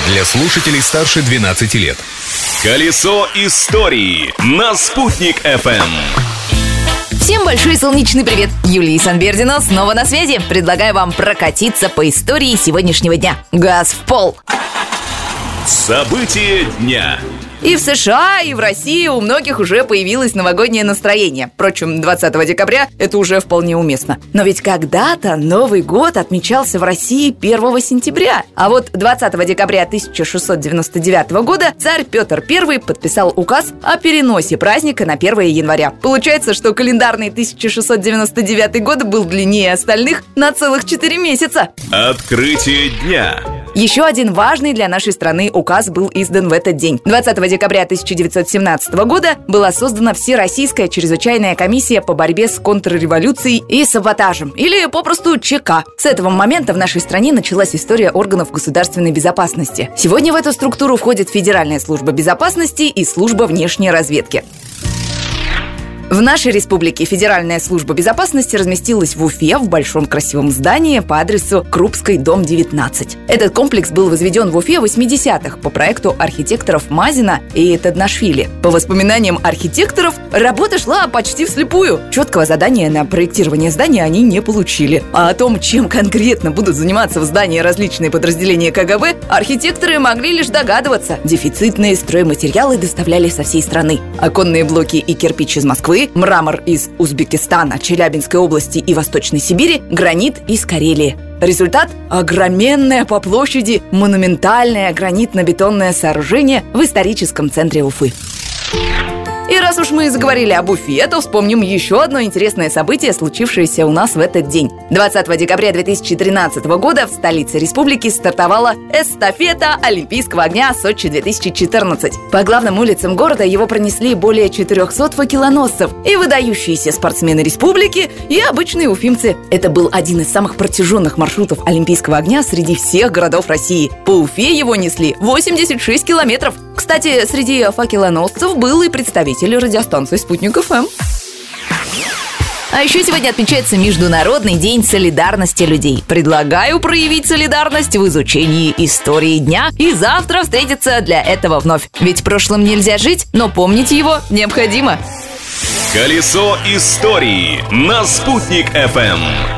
Для слушателей старше 12 лет. Колесо истории на Спутник FM. Всем большой солнечный привет! Юлия Санбердина снова на связи. Предлагаю вам прокатиться по истории сегодняшнего дня. Газ в пол! События дня. И в США, и в России у многих уже появилось новогоднее настроение. Впрочем, 20 декабря это уже вполне уместно. Но ведь когда-то Новый год отмечался в России 1 сентября. А вот 20 декабря 1699 года царь Петр I подписал указ о переносе праздника на 1 января. Получается, что календарный 1699 год был длиннее остальных на целых 4 месяца. Открытие дня. Еще один важный для нашей страны указ был издан в этот день. 20 декабря 1917 года была создана Всероссийская чрезвычайная комиссия по борьбе с контрреволюцией и саботажем, или попросту ЧК. С этого момента в нашей стране началась история органов государственной безопасности. Сегодня в эту структуру входит Федеральная служба безопасности и служба внешней разведки. В нашей республике Федеральная служба безопасности разместилась в Уфе в большом красивом здании по адресу Крупской, дом 19. Этот комплекс был возведен в Уфе в 80-х по проекту архитекторов Мазина и Таднашвили. По воспоминаниям архитекторов, работа шла почти вслепую. Четкого задания на проектирование здания они не получили. А о том, чем конкретно будут заниматься в здании различные подразделения КГБ, архитекторы могли лишь догадываться. Дефицитные стройматериалы доставляли со всей страны. Оконные блоки и кирпич из Москвы, мрамор из Узбекистана, Челябинской области и Восточной Сибири, гранит из Карелии. Результат – огроменное по площади монументальное гранитно-бетонное сооружение в историческом центре Уфы. И раз уж мы заговорили об Уфе, то вспомним еще одно интересное событие, случившееся у нас в этот день. 20 декабря 2013 года в столице республики стартовала эстафета Олимпийского огня Сочи-2014. По главным улицам города его пронесли более 400 факелоносцев, и выдающиеся спортсмены республики, и обычные уфимцы. Это был один из самых протяженных маршрутов Олимпийского огня среди всех городов России. По Уфе его несли 86 километров. Кстати, среди факелоносцев был и представитель радиостанции «Спутник ФМ». А еще сегодня отмечается Международный день солидарности людей. Предлагаю проявить солидарность в изучении истории дня и завтра встретиться для этого вновь. Ведь прошлым нельзя жить, но помнить его необходимо. Колесо истории на Спутник FM.